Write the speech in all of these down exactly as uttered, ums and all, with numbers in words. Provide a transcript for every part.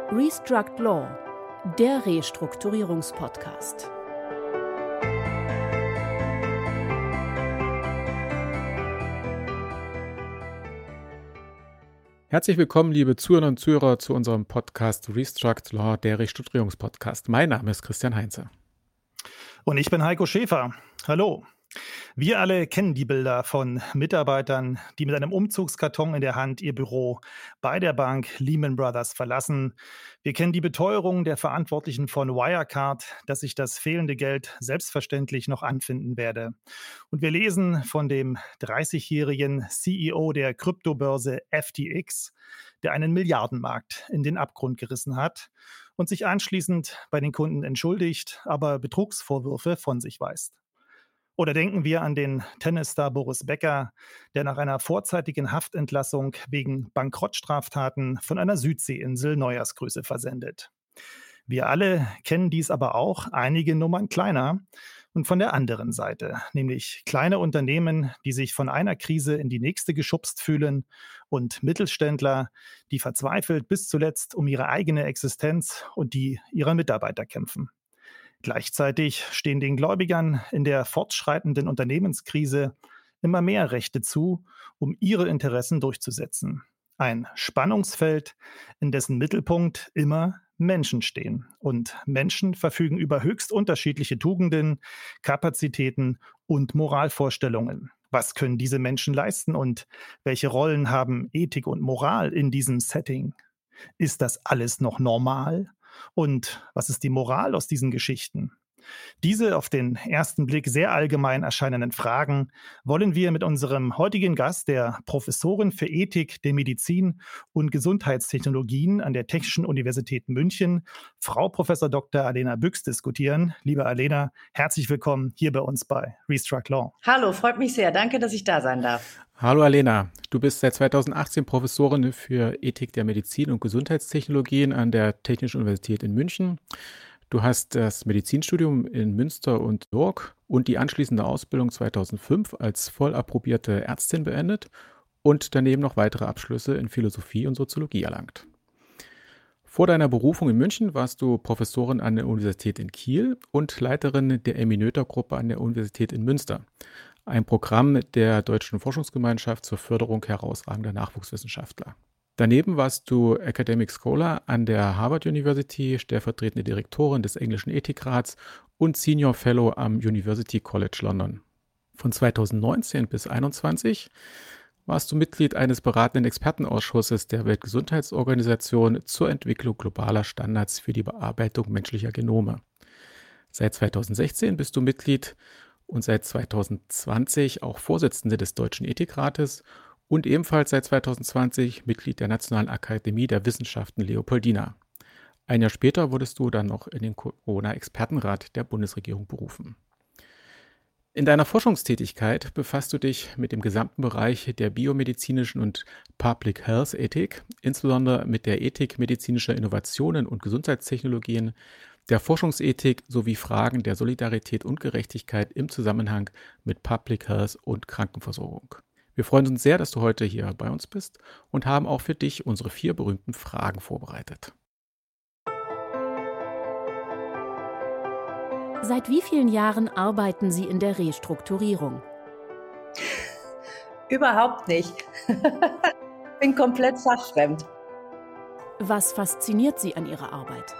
Restruct Law, der Restrukturierungspodcast. Herzlich willkommen, liebe Zuhörerinnen und Zuhörer, zu unserem Podcast Restruct Law, der Restrukturierungspodcast. Mein Name ist Christian Heinze. Und ich bin Heiko Schäfer. Hallo. Wir alle kennen die Bilder von Mitarbeitern, die mit einem Umzugskarton in der Hand ihr Büro bei der Bank Lehman Brothers verlassen. Wir kennen die Beteuerung der Verantwortlichen von Wirecard, dass sich das fehlende Geld selbstverständlich noch anfinden werde. Und wir lesen von dem dreißigjährigen C E O der Kryptobörse F T X, der einen Milliardenmarkt in den Abgrund gerissen hat und sich anschließend bei den Kunden entschuldigt, aber Betrugsvorwürfe von sich weist. Oder denken wir an den Tennisstar Boris Becker, der nach einer vorzeitigen Haftentlassung wegen Bankrottstraftaten von einer Südseeinsel Neujahrsgrüße versendet. Wir alle kennen dies aber auch, einige Nummern kleiner und von der anderen Seite, nämlich kleine Unternehmen, die sich von einer Krise in die nächste geschubst fühlen und Mittelständler, die verzweifelt bis zuletzt um ihre eigene Existenz und die ihrer Mitarbeiter kämpfen. Gleichzeitig stehen den Gläubigern in der fortschreitenden Unternehmenskrise immer mehr Rechte zu, um ihre Interessen durchzusetzen. Ein Spannungsfeld, in dessen Mittelpunkt immer Menschen stehen. Und Menschen verfügen über höchst unterschiedliche Tugenden, Kapazitäten und Moralvorstellungen. Was können diese Menschen leisten und welche Rollen haben Ethik und Moral in diesem Setting? Ist das alles noch normal? Und was ist die Moral aus diesen Geschichten? Diese auf den ersten Blick sehr allgemein erscheinenden Fragen wollen wir mit unserem heutigen Gast, der Professorin für Ethik der Medizin und Gesundheitstechnologien an der Technischen Universität München, Frau Professor Doktor Alena Büchs, diskutieren. Liebe Alena, herzlich willkommen hier bei uns bei Restruct Law. Hallo, freut mich sehr. Danke, dass ich da sein darf. Hallo Alena, du bist seit zweitausendachtzehn Professorin für Ethik der Medizin und Gesundheitstechnologien an der Technischen Universität in München. Du hast das Medizinstudium in Münster und York und die anschließende Ausbildung zweitausendfünf als voll approbierte Ärztin beendet und daneben noch weitere Abschlüsse in Philosophie und Soziologie erlangt. Vor deiner Berufung in München warst du Professorin an der Universität in Kiel und Leiterin der Emmy-Noether-Gruppe an der Universität in Münster, ein Programm der Deutschen Forschungsgemeinschaft zur Förderung herausragender Nachwuchswissenschaftler. Daneben warst du Academic Scholar an der Harvard University, stellvertretende Direktorin des Englischen Ethikrats und Senior Fellow am University College London. Von zweitausendneunzehn bis zweitausendeinundzwanzig warst du Mitglied eines beratenden Expertenausschusses der Weltgesundheitsorganisation zur Entwicklung globaler Standards für die Bearbeitung menschlicher Genome. Seit zweitausendsechzehn bist du Mitglied und seit zweitausendzwanzig auch Vorsitzende des Deutschen Ethikrates und ebenfalls seit zweitausendzwanzig Mitglied der Nationalen Akademie der Wissenschaften Leopoldina. Ein Jahr später wurdest du dann noch in den Corona-Expertenrat der Bundesregierung berufen. In deiner Forschungstätigkeit befasst du dich mit dem gesamten Bereich der biomedizinischen und Public Health Ethik, insbesondere mit der Ethik medizinischer Innovationen und Gesundheitstechnologien, der Forschungsethik sowie Fragen der Solidarität und Gerechtigkeit im Zusammenhang mit Public Health und Krankenversorgung. Wir freuen uns sehr, dass du heute hier bei uns bist und haben auch für dich unsere vier berühmten Fragen vorbereitet. Seit wie vielen Jahren arbeiten Sie in der Restrukturierung? Überhaupt nicht. Ich bin komplett fachfremd. Was fasziniert Sie an Ihrer Arbeit?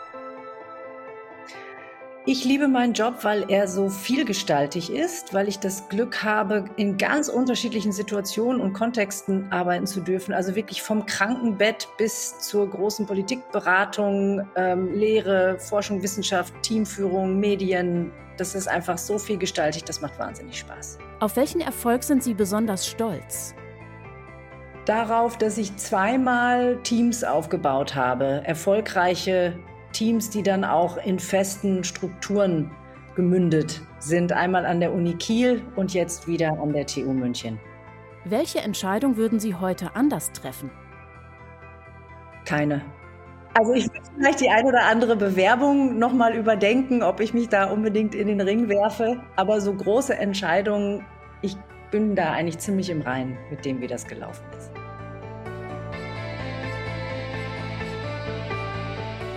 Ich liebe meinen Job, weil er so vielgestaltig ist, weil ich das Glück habe, in ganz unterschiedlichen Situationen und Kontexten arbeiten zu dürfen. Also wirklich vom Krankenbett bis zur großen Politikberatung, ähm, Lehre, Forschung, Wissenschaft, Teamführung, Medien. Das ist einfach so vielgestaltig, das macht wahnsinnig Spaß. Auf welchen Erfolg sind Sie besonders stolz? Darauf, dass ich zweimal Teams aufgebaut habe, erfolgreiche Teams, die dann auch in festen Strukturen gemündet sind. Einmal an der Uni Kiel und jetzt wieder an der T U München. Welche Entscheidung würden Sie heute anders treffen? Keine. Also ich würde vielleicht die ein oder andere Bewerbung nochmal überdenken, ob ich mich da unbedingt in den Ring werfe. Aber so große Entscheidungen, ich bin da eigentlich ziemlich im Reinen mit dem, wie das gelaufen ist.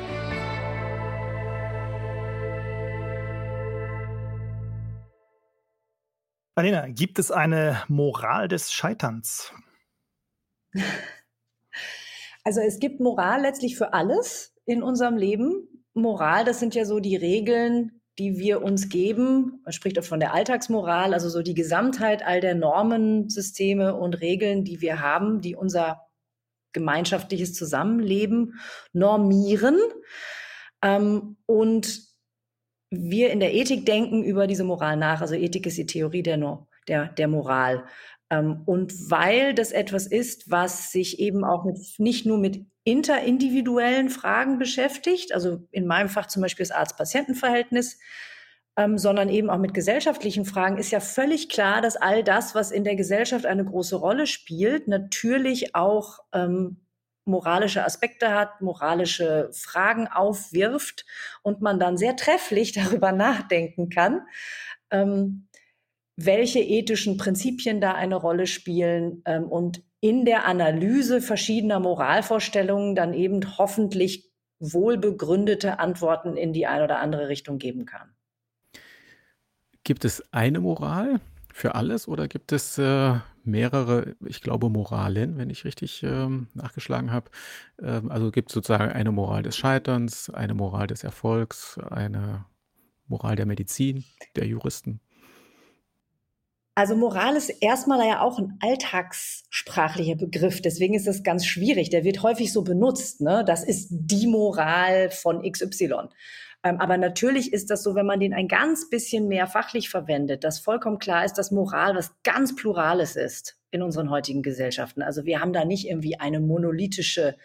Alena, gibt es eine Moral des Scheiterns? Also es gibt Moral letztlich für alles in unserem Leben. Moral, das sind ja so die Regeln, die wir uns geben. Man spricht auch von der Alltagsmoral, also so die Gesamtheit all der Normen, Systeme und Regeln, die wir haben, die unser gemeinschaftliches Zusammenleben normieren. Ähm, und wir in der Ethik denken über diese Moral nach. Also Ethik ist die Theorie der, no der, der Moral. Ähm, und weil das etwas ist, was sich eben auch mit, nicht nur mit interindividuellen Fragen beschäftigt, also in meinem Fach zum Beispiel das Arzt-Patienten-Verhältnis, ähm, sondern eben auch mit gesellschaftlichen Fragen, ist ja völlig klar, dass all das, was in der Gesellschaft eine große Rolle spielt, natürlich auch ähm, moralische Aspekte hat, moralische Fragen aufwirft und man dann sehr trefflich darüber nachdenken kann, ähm, welche ethischen Prinzipien da eine Rolle spielen ähm, und in der Analyse verschiedener Moralvorstellungen dann eben hoffentlich wohlbegründete Antworten in die eine oder andere Richtung geben kann. Gibt es eine Moral für alles oder gibt es äh, mehrere, ich glaube, Moralen, wenn ich richtig ähm, nachgeschlagen habe? Ähm, also gibt es sozusagen eine Moral des Scheiterns, eine Moral des Erfolgs, eine Moral der Medizin, der Juristen? Also Moral ist erstmal ja auch ein alltagssprachlicher Begriff, deswegen ist das ganz schwierig. Der wird häufig so benutzt, ne? Das ist die Moral von X Y. Ähm, aber natürlich ist das so, wenn man den ein ganz bisschen mehr fachlich verwendet, dass vollkommen klar ist, dass Moral was ganz Plurales ist in unseren heutigen Gesellschaften. Also wir haben da nicht irgendwie eine monolithische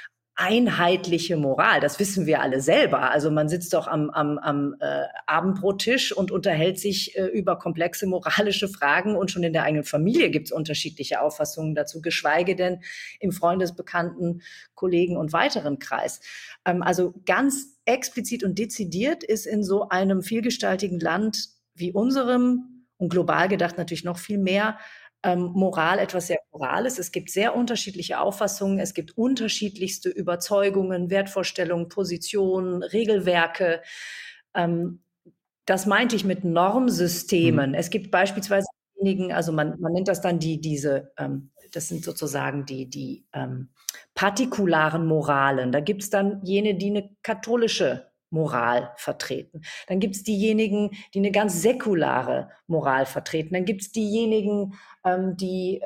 einheitliche Moral. Das wissen wir alle selber. Also man sitzt doch am, am, am äh, Abendbrottisch und unterhält sich äh, über komplexe moralische Fragen und schon in der eigenen Familie gibt es unterschiedliche Auffassungen dazu, geschweige denn im Freundesbekannten, Kollegen und weiteren Kreis. Ähm, also ganz explizit und dezidiert ist in so einem vielgestaltigen Land wie unserem und global gedacht natürlich noch viel mehr Ähm, Moral etwas sehr Morales. Es gibt sehr unterschiedliche Auffassungen, es gibt unterschiedlichste Überzeugungen, Wertvorstellungen, Positionen, Regelwerke. Ähm, das meinte ich mit Normsystemen. Mhm. Es gibt beispielsweise diejenigen, also man, man nennt das dann die, diese, ähm, das sind sozusagen die, die ähm, partikularen Moralen. Da gibt es dann jene, die eine katholische Moral vertreten. Dann gibt es diejenigen, die eine ganz säkulare Moral vertreten. Dann gibt es diejenigen, ähm, die,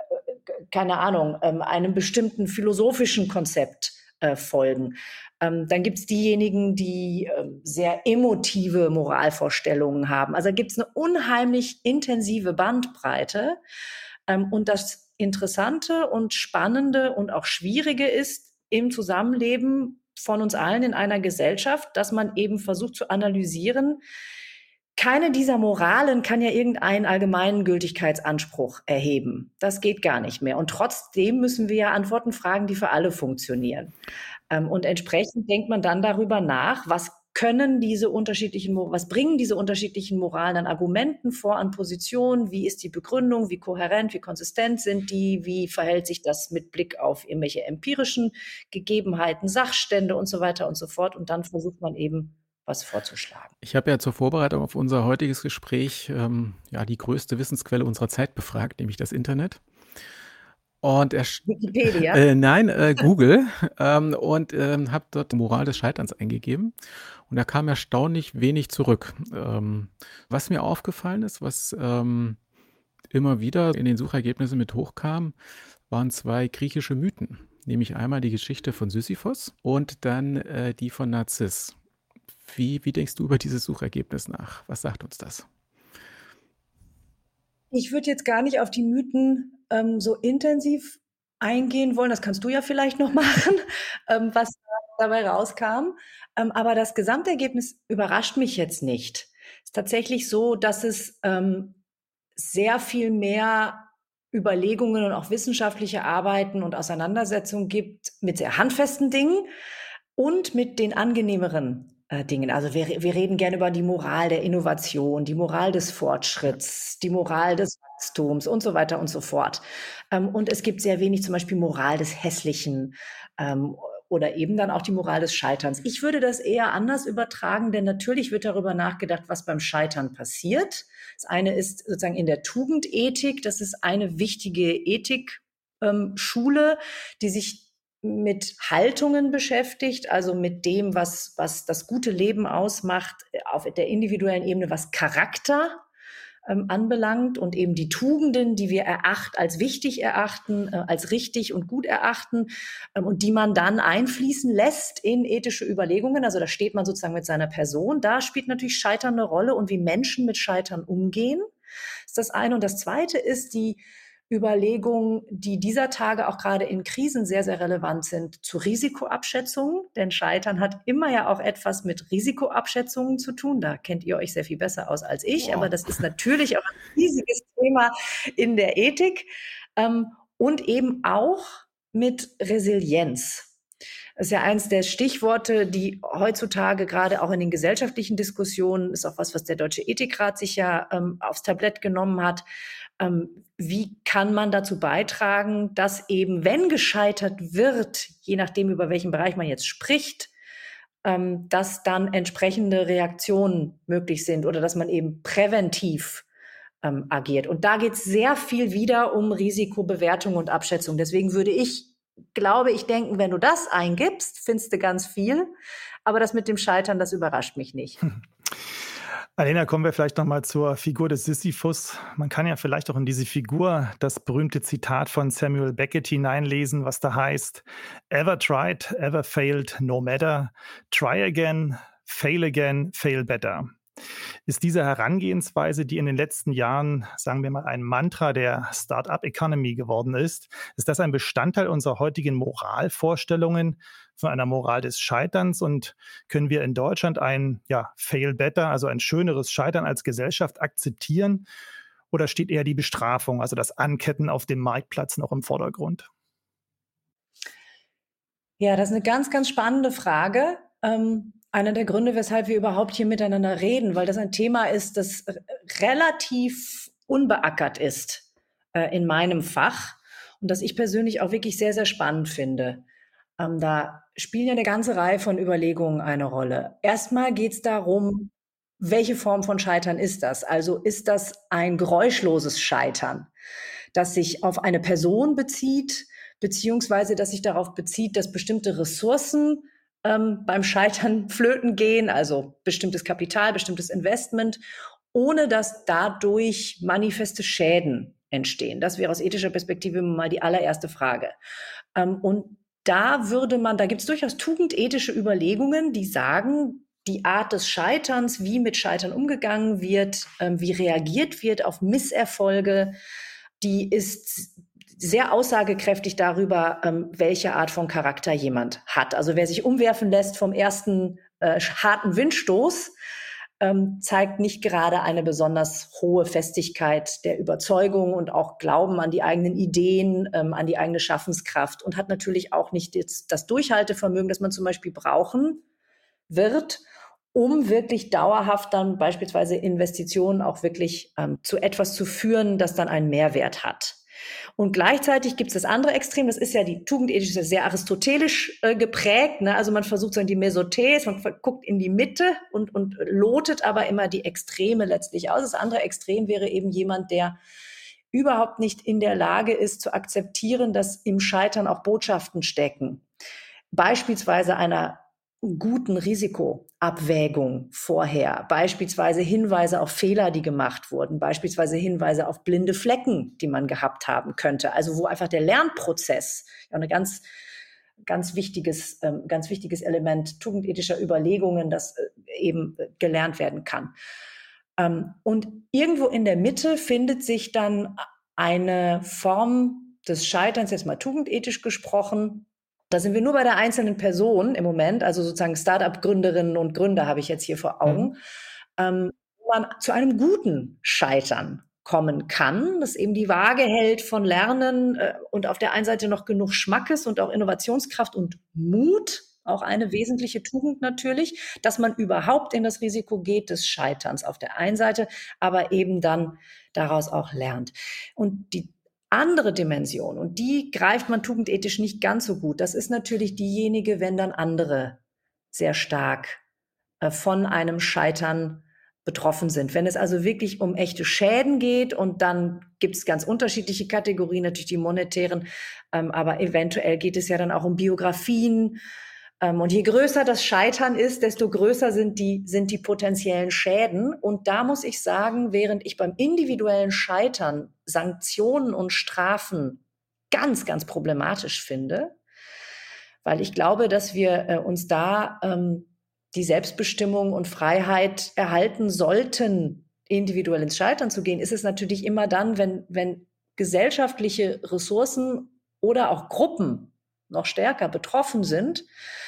äh, keine Ahnung, ähm, einem bestimmten philosophischen Konzept äh, folgen. Ähm, dann gibt es diejenigen, die äh, sehr emotive Moralvorstellungen haben. Also da gibt es eine unheimlich intensive Bandbreite. Ähm, und das Interessante und Spannende und auch Schwierige ist im Zusammenleben von uns allen in einer Gesellschaft, dass man eben versucht zu analysieren, keine dieser Moralen kann ja irgendeinen allgemeinen Gültigkeitsanspruch erheben. Das geht gar nicht mehr. Und trotzdem müssen wir ja Antworten fragen, die für alle funktionieren. Ähm, und entsprechend denkt man dann darüber nach, was können diese unterschiedlichen, was bringen diese unterschiedlichen Moralen an Argumenten vor, an Positionen, wie ist die Begründung, wie kohärent, wie konsistent sind die, wie verhält sich das mit Blick auf irgendwelche empirischen Gegebenheiten, Sachstände und so weiter und so fort. Und dann versucht man eben, was vorzuschlagen. Ich habe ja zur Vorbereitung auf unser heutiges Gespräch ähm, ja die größte Wissensquelle unserer Zeit befragt, nämlich das Internet. Und er Wikipedia? äh, nein, äh, Google ähm, und ähm, habe dort Moral des Scheiterns eingegeben und da kam erstaunlich wenig zurück. Ähm, was mir aufgefallen ist, was ähm, immer wieder in den Suchergebnissen mit hochkam, waren zwei griechische Mythen, nämlich einmal die Geschichte von Sisyphos und dann äh, die von Narziss. Wie, wie denkst du über dieses Suchergebnis nach? Was sagt uns das? Ich würde jetzt gar nicht auf die Mythen ähm, so intensiv eingehen wollen. Das kannst du ja vielleicht noch machen, ähm, was dabei rauskam. Ähm, aber das Gesamtergebnis überrascht mich jetzt nicht. Es ist tatsächlich so, dass es ähm, sehr viel mehr Überlegungen und auch wissenschaftliche Arbeiten und Auseinandersetzungen gibt mit sehr handfesten Dingen und mit den angenehmeren äh, Dingen. Also wir, wir reden gerne über die Moral der Innovation, die Moral des Fortschritts, die Moral des Wachstums und so weiter und so fort. Ähm, und es gibt sehr wenig zum Beispiel Moral des Hässlichen ähm, oder eben dann auch die Moral des Scheiterns. Ich würde das eher anders übertragen, denn natürlich wird darüber nachgedacht, was beim Scheitern passiert. Das eine ist sozusagen in der Tugendethik. Das ist eine wichtige Ethikschule, die sich mit Haltungen beschäftigt, also mit dem, was, was das gute Leben ausmacht, auf der individuellen Ebene, was Charakter ähm, anbelangt und eben die Tugenden, die wir eracht, als wichtig erachten, äh, als richtig und gut erachten ähm, und die man dann einfließen lässt in ethische Überlegungen. Also da steht man sozusagen mit seiner Person. Da spielt natürlich Scheitern eine Rolle und wie Menschen mit Scheitern umgehen. Das ist das eine. Und das zweite ist die Überlegungen, die dieser Tage auch gerade in Krisen sehr, sehr relevant sind, zu Risikoabschätzungen. Denn Scheitern hat immer ja auch etwas mit Risikoabschätzungen zu tun. Da kennt ihr euch sehr viel besser aus als ich. Wow. Aber das ist natürlich auch ein riesiges Thema in der Ethik. Ähm, und eben auch mit Resilienz. Das ist ja eins der Stichworte, die heutzutage gerade auch in den gesellschaftlichen Diskussionen, ist auch was, was der Deutsche Ethikrat sich ja ähm, aufs Tablett genommen hat. Ähm, wie kann man dazu beitragen, dass eben, wenn gescheitert wird, je nachdem, über welchen Bereich man jetzt spricht, ähm, dass dann entsprechende Reaktionen möglich sind oder dass man eben präventiv ähm, agiert. Und da geht es sehr viel wieder um Risikobewertung und Abschätzung. Deswegen würde ich, glaube ich, denken, wenn du das eingibst, findest du ganz viel. Aber das mit dem Scheitern, das überrascht mich nicht. Alena, kommen wir vielleicht nochmal zur Figur des Sisyphus. Man kann ja vielleicht auch in diese Figur das berühmte Zitat von Samuel Beckett hineinlesen, was da heißt: Ever tried, ever failed, no matter. Try again, fail again, fail better. Ist diese Herangehensweise, die in den letzten Jahren, sagen wir mal, ein Mantra der Start-up-Economy geworden ist, ist das ein Bestandteil unserer heutigen Moralvorstellungen von einer Moral des Scheiterns? Und können wir in Deutschland ein ja, Fail Better, also ein schöneres Scheitern als Gesellschaft akzeptieren? Oder steht eher die Bestrafung, also das Anketten auf dem Marktplatz, noch im Vordergrund? Ja, das ist eine ganz, ganz spannende Frage. Ähm Einer der Gründe, weshalb wir überhaupt hier miteinander reden, weil das ein Thema ist, das relativ unbeackert ist äh, in meinem Fach und das ich persönlich auch wirklich sehr, sehr spannend finde. Ähm, da spielen ja eine ganze Reihe von Überlegungen eine Rolle. Erstmal geht es darum, welche Form von Scheitern ist das? Also ist das ein geräuschloses Scheitern, das sich auf eine Person bezieht, beziehungsweise das sich darauf bezieht, dass bestimmte Ressourcen Ähm, beim Scheitern flöten gehen, also bestimmtes Kapital, bestimmtes Investment, ohne dass dadurch manifeste Schäden entstehen. Das wäre aus ethischer Perspektive mal die allererste Frage. Ähm, und da würde man, da gibt es durchaus tugendethische Überlegungen, die sagen, die Art des Scheiterns, wie mit Scheitern umgegangen wird, ähm, wie reagiert wird auf Misserfolge, die ist sehr aussagekräftig darüber, ähm, welche Art von Charakter jemand hat. Also wer sich umwerfen lässt vom ersten äh, harten Windstoß, ähm, zeigt nicht gerade eine besonders hohe Festigkeit der Überzeugung und auch Glauben an die eigenen Ideen, ähm, an die eigene Schaffenskraft und hat natürlich auch nicht jetzt das Durchhaltevermögen, das man zum Beispiel brauchen wird, um wirklich dauerhaft dann beispielsweise Investitionen auch wirklich ähm, zu etwas zu führen, das dann einen Mehrwert hat. Und gleichzeitig gibt es das andere Extrem, das ist ja die Tugendethik, ist ja sehr aristotelisch äh, geprägt, ne? Also man versucht so in die Mesothese, man guckt in die Mitte und, und lotet aber immer die Extreme letztlich aus. Das andere Extrem wäre eben jemand, der überhaupt nicht in der Lage ist zu akzeptieren, dass im Scheitern auch Botschaften stecken. Beispielsweise einer guten Risikoabwägung vorher, beispielsweise Hinweise auf Fehler, die gemacht wurden, beispielsweise Hinweise auf blinde Flecken, die man gehabt haben könnte. Also wo einfach der Lernprozess, ja, ein ganz, ganz wichtiges, ähm, ganz wichtiges Element tugendethischer Überlegungen, das äh, eben äh, gelernt werden kann. Ähm, und irgendwo in der Mitte findet sich dann eine Form des Scheiterns, jetzt mal tugendethisch gesprochen. Da sind wir nur bei der einzelnen Person im Moment, also sozusagen Start-up-Gründerinnen und Gründer habe ich jetzt hier vor Augen, mhm. ähm, wo man zu einem guten Scheitern kommen kann, das eben die Waage hält von Lernen äh, und auf der einen Seite noch genug Schmackes und auch Innovationskraft und Mut, auch eine wesentliche Tugend natürlich, dass man überhaupt in das Risiko geht des Scheiterns auf der einen Seite, aber eben dann daraus auch lernt. Und die andere Dimension, und die greift man tugendethisch nicht ganz so gut. Das ist natürlich diejenige, wenn dann andere sehr stark äh, von einem Scheitern betroffen sind. Wenn es also wirklich um echte Schäden geht, und dann gibt es ganz unterschiedliche Kategorien, natürlich die monetären, ähm, aber eventuell geht es ja dann auch um Biografien. Ähm, und je größer das Scheitern ist, desto größer sind die, sind die potenziellen Schäden. Und da muss ich sagen, während ich beim individuellen Scheitern Sanktionen und Strafen ganz, ganz problematisch finde, weil ich glaube, dass wir äh, uns da ähm, die Selbstbestimmung und Freiheit erhalten sollten, individuell ins Scheitern zu gehen, ist es natürlich immer dann, wenn, wenn gesellschaftliche Ressourcen oder auch Gruppen noch stärker betroffen sind.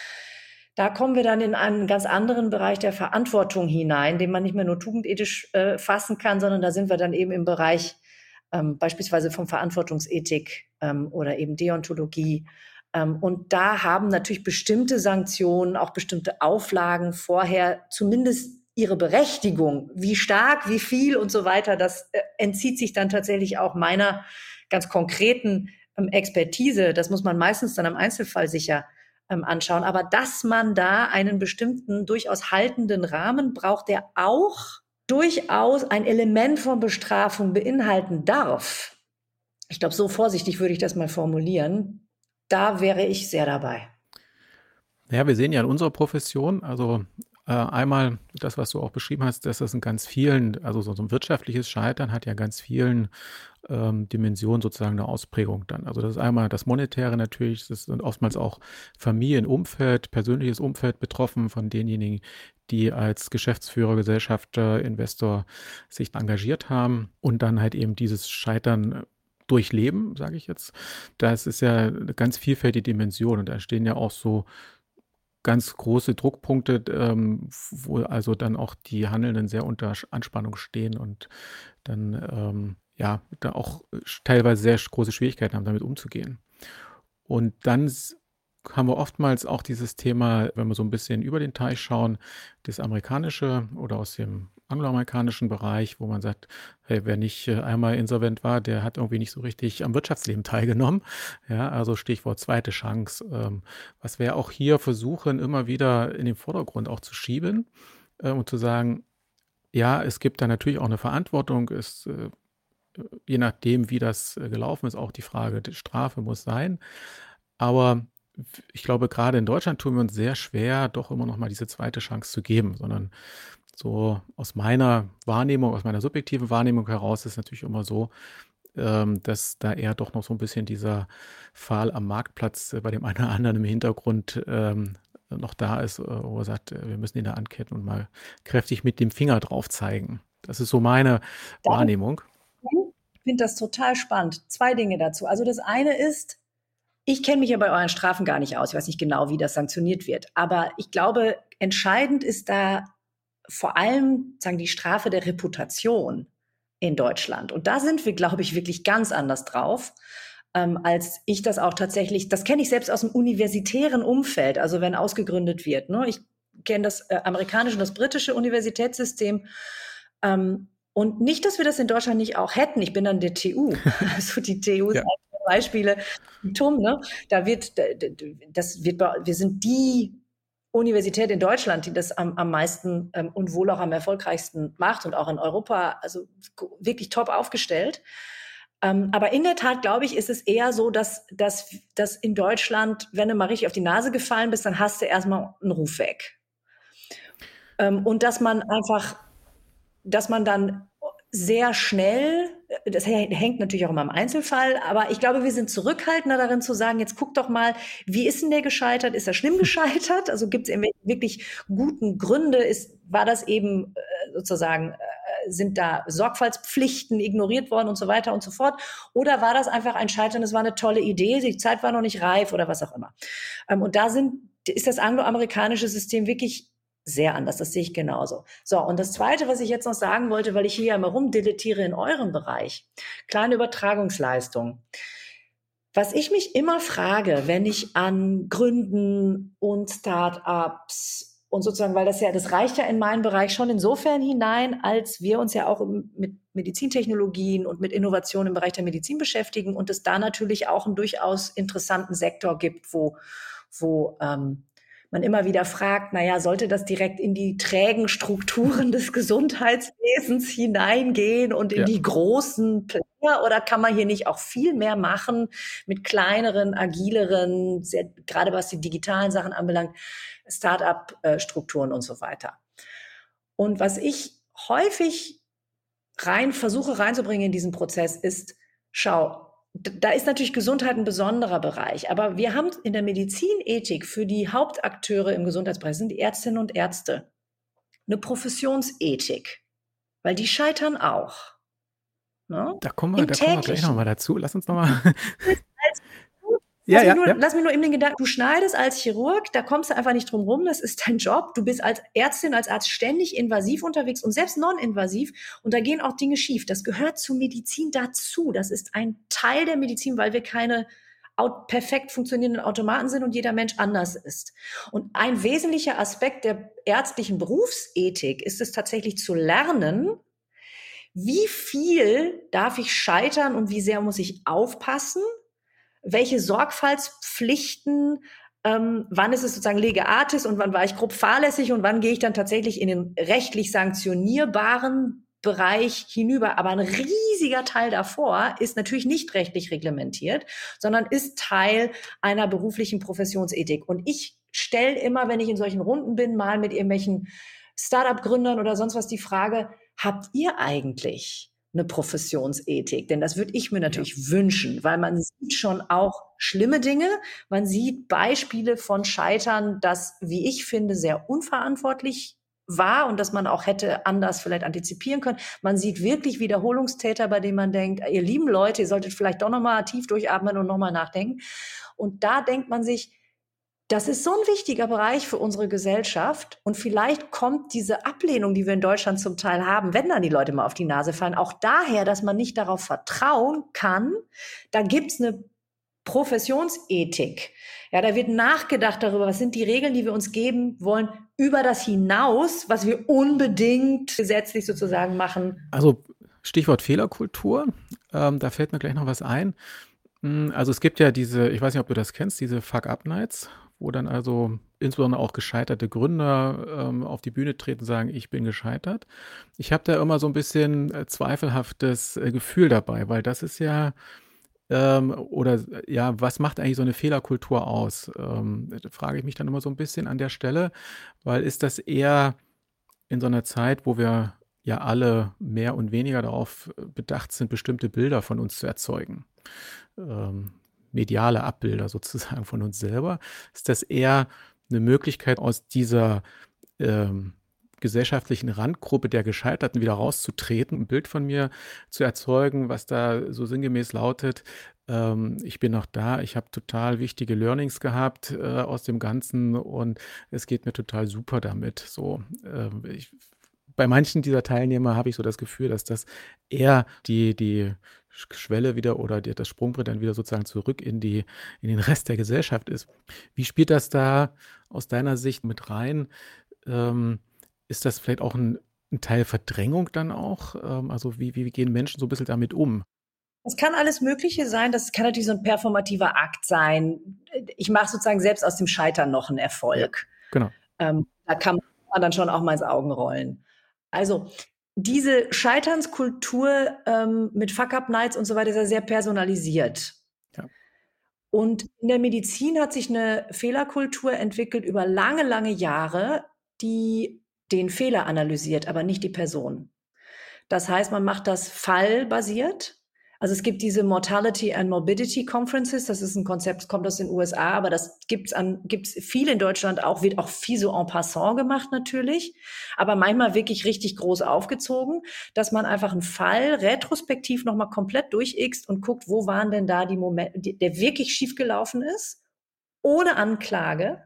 Da kommen wir dann in einen ganz anderen Bereich der Verantwortung hinein, den man nicht mehr nur tugendethisch äh, fassen kann, sondern da sind wir dann eben im Bereich ähm, beispielsweise von Verantwortungsethik ähm, oder eben Deontologie. Ähm, und da haben natürlich bestimmte Sanktionen, auch bestimmte Auflagen vorher zumindest ihre Berechtigung. Wie stark, wie viel und so weiter, das äh, entzieht sich dann tatsächlich auch meiner ganz konkreten ähm, Expertise. Das muss man meistens dann im Einzelfall sicher ähm, anschauen. Aber dass man da einen bestimmten, durchaus haltenden Rahmen braucht, der auch durchaus ein Element von Bestrafung beinhalten darf. Ich glaube, so vorsichtig würde ich das mal formulieren. Da wäre ich sehr dabei. Ja, wir sehen ja in unserer Profession, also äh, einmal das, was du auch beschrieben hast, dass das in ganz vielen, also so, so ein wirtschaftliches Scheitern hat ja ganz vielen ähm, Dimensionen sozusagen eine Ausprägung dann. Also das ist einmal das Monetäre natürlich, das sind oftmals auch Familienumfeld, persönliches Umfeld betroffen von denjenigen, die als Geschäftsführer, Gesellschafter, Investor sich engagiert haben und dann halt eben dieses Scheitern durchleben, sage ich jetzt. Das ist ja eine ganz vielfältige Dimension und da stehen ja auch so ganz große Druckpunkte, ähm, wo also dann auch die Handelnden sehr unter Anspannung stehen und dann ähm, ja da auch teilweise sehr große Schwierigkeiten haben, damit umzugehen. Und dann haben wir oftmals auch dieses Thema, wenn wir so ein bisschen über den Teich schauen, das amerikanische oder aus dem angloamerikanischen Bereich, wo man sagt, hey, wer nicht äh, einmal insolvent war, der hat irgendwie nicht so richtig am Wirtschaftsleben teilgenommen. Ja, also Stichwort zweite Chance, ähm, was wir auch hier versuchen, immer wieder in den Vordergrund auch zu schieben äh, und zu sagen, ja, es gibt da natürlich auch eine Verantwortung, es, äh, je nachdem, wie das äh, gelaufen ist, auch die Frage der Strafe muss sein. Aber ich glaube, gerade in Deutschland tun wir uns sehr schwer, doch immer noch mal diese zweite Chance zu geben, sondern so aus meiner Wahrnehmung, aus meiner subjektiven Wahrnehmung heraus ist natürlich immer so, ähm, dass da eher doch noch so ein bisschen dieser Pfahl am Marktplatz äh, bei dem einen oder anderen im Hintergrund ähm, noch da ist, äh, wo er sagt, äh, wir müssen ihn da anketten und mal kräftig mit dem Finger drauf zeigen. Das ist so meine Dann, Wahrnehmung. Ich finde das total spannend. Zwei Dinge dazu. Also das eine ist, ich kenne mich ja bei euren Strafen gar nicht aus. Ich weiß nicht genau, wie das sanktioniert wird. Aber ich glaube, entscheidend ist da vor allem, sagen die Strafe der Reputation in Deutschland. Und da sind wir, glaube ich, wirklich ganz anders drauf, ähm, als ich das auch tatsächlich, das kenne ich selbst aus dem universitären Umfeld, also wenn ausgegründet wird. Ne? Ich kenne das äh, amerikanische und das britische Universitätssystem. Ähm, und nicht, dass wir das in Deutschland nicht auch hätten. Ich bin an der T U. Also die T U ist ja. Beispiele, T U M, ne? Da wird, das wird, wir sind die Universität in Deutschland, die das am, am meisten ähm, und wohl auch am erfolgreichsten macht und auch in Europa, also wirklich top aufgestellt. Ähm, aber in der Tat, glaube ich, ist es eher so, dass, dass, dass in Deutschland, wenn du mal richtig auf die Nase gefallen bist, dann hast du erstmal einen Ruf weg. Ähm, und dass man einfach, dass man dann sehr schnell, das hängt natürlich auch immer im Einzelfall, aber ich glaube, wir sind zurückhaltender darin zu sagen, jetzt guck doch mal, wie ist denn der gescheitert? Ist er schlimm gescheitert? Also gibt es wirklich guten Gründe? Ist, war das eben äh, sozusagen, äh, sind da Sorgfaltspflichten ignoriert worden und so weiter und so fort? Oder war das einfach ein Scheitern, es war eine tolle Idee, die Zeit war noch nicht reif oder was auch immer? Ähm, und da sind, ist das angloamerikanische System wirklich sehr anders, das sehe ich genauso. So, und das Zweite, was ich jetzt noch sagen wollte, weil ich hier ja immer rumdilettiere in eurem Bereich, kleine Übertragungsleistung. Was ich mich immer frage, wenn ich an Gründen und Start-ups Und sozusagen, weil das ja, das reicht ja in meinen Bereich schon insofern hinein, als wir uns ja auch mit Medizintechnologien und mit Innovationen im Bereich der Medizin beschäftigen und es da natürlich auch einen durchaus interessanten Sektor gibt, wo, wo ähm, man immer wieder fragt, naja, sollte das direkt in die trägen Strukturen des Gesundheitswesens hineingehen und in ja. die großen Player, oder kann man hier nicht auch viel mehr machen mit kleineren, agileren, sehr, gerade was die digitalen Sachen anbelangt, Start-up-Strukturen und so weiter. Und was ich häufig rein versuche reinzubringen in diesen Prozess ist, schau, da ist natürlich Gesundheit ein besonderer Bereich, aber wir haben in der Medizinethik für die Hauptakteure im Gesundheitsbereich, sind die Ärztinnen und Ärzte, eine Professionsethik, weil die scheitern auch. Ne? Da kommen wir, da kommen wir gleich nochmal dazu. Lass uns nochmal... Ja, lass, ja, mich nur, ja. lass mich nur eben den Gedanken, du schneidest als Chirurg, da kommst du einfach nicht drum rum, das ist dein Job. Du bist als Ärztin, als Arzt ständig invasiv unterwegs und selbst non-invasiv und da gehen auch Dinge schief. Das gehört zur Medizin dazu. Das ist ein Teil der Medizin, weil wir keine perfekt funktionierenden Automaten sind und jeder Mensch anders ist. Und ein wesentlicher Aspekt der ärztlichen Berufsethik ist es tatsächlich zu lernen, wie viel darf ich scheitern und wie sehr muss ich aufpassen, welche Sorgfaltspflichten, ähm, wann ist es sozusagen lege artis und wann war ich grob fahrlässig und wann gehe ich dann tatsächlich in den rechtlich sanktionierbaren Bereich hinüber. Aber ein riesiger Teil davor ist natürlich nicht rechtlich reglementiert, sondern ist Teil einer beruflichen Professionsethik. Und ich stelle immer, wenn ich in solchen Runden bin, mal mit irgendwelchen Startup-Gründern oder sonst was die Frage, habt ihr eigentlich eine Professionsethik? Denn das würde ich mir natürlich ja. wünschen, weil man sieht schon auch schlimme Dinge. Man sieht Beispiele von Scheitern, das, wie ich finde, sehr unverantwortlich war und dass man auch hätte anders vielleicht antizipieren können. Man sieht wirklich Wiederholungstäter, bei denen man denkt, ihr lieben Leute, ihr solltet vielleicht doch nochmal tief durchatmen und nochmal nachdenken. Und da denkt man sich, das ist so ein wichtiger Bereich für unsere Gesellschaft und vielleicht kommt diese Ablehnung, die wir in Deutschland zum Teil haben, wenn dann die Leute mal auf die Nase fallen, auch daher, dass man nicht darauf vertrauen kann. Da gibt's eine Professionsethik. Ja, da wird nachgedacht darüber, was sind die Regeln, die wir uns geben wollen, über das hinaus, was wir unbedingt gesetzlich sozusagen machen. Also Stichwort Fehlerkultur, ähm, da fällt mir gleich noch was ein. Also es gibt ja diese, ich weiß nicht, ob du das kennst, diese Fuck-Up-Nights, wo dann also insbesondere auch gescheiterte Gründer ähm, auf die Bühne treten und sagen, ich bin gescheitert. Ich habe da immer so ein bisschen äh, zweifelhaftes äh, Gefühl dabei, weil das ist ja, ähm, oder ja, was macht eigentlich so eine Fehlerkultur aus? Ähm, da frage ich mich dann immer so ein bisschen an der Stelle, weil ist das eher in so einer Zeit, wo wir ja alle mehr und weniger darauf bedacht sind, bestimmte Bilder von uns zu erzeugen. Ähm, mediale Abbilder sozusagen von uns selber, ist das eher eine Möglichkeit, aus dieser ähm, gesellschaftlichen Randgruppe der Gescheiterten wieder rauszutreten, ein Bild von mir zu erzeugen, was da so sinngemäß lautet, ähm, ich bin noch da, ich habe total wichtige Learnings gehabt äh, aus dem Ganzen und es geht mir total super damit. So, äh, ich, bei manchen dieser Teilnehmer habe ich so das Gefühl, dass das eher die, die Schwelle wieder oder die, das Sprungbrett dann wieder sozusagen zurück in die, in den Rest der Gesellschaft ist. Wie spielt das da aus deiner Sicht mit rein? Ähm, ist das vielleicht auch ein, ein Teil Verdrängung dann auch? Ähm, also wie, wie gehen Menschen so ein bisschen damit um? Es kann alles Mögliche sein. Das kann natürlich so ein performativer Akt sein. Ich mache sozusagen selbst aus dem Scheitern noch einen Erfolg. Ja, genau. Ähm, da kann man dann schon auch mal ins Augen rollen. Also diese Scheiternskultur ähm, mit Fuck-Up-Nights und so weiter ist ja sehr personalisiert. Ja. Und in der Medizin hat sich eine Fehlerkultur entwickelt über lange, lange Jahre, die den Fehler analysiert, aber nicht die Person. Das heißt, man macht das fallbasiert. Also es gibt diese Mortality and Morbidity Conferences, das ist ein Konzept, das kommt aus den U S A, aber das gibt's an, gibt's viel in Deutschland auch, wird auch viel so en passant gemacht natürlich, aber manchmal wirklich richtig groß aufgezogen, dass man einfach einen Fall retrospektiv nochmal komplett durchixt und guckt, wo waren denn da die Momente, der wirklich schiefgelaufen ist, ohne Anklage,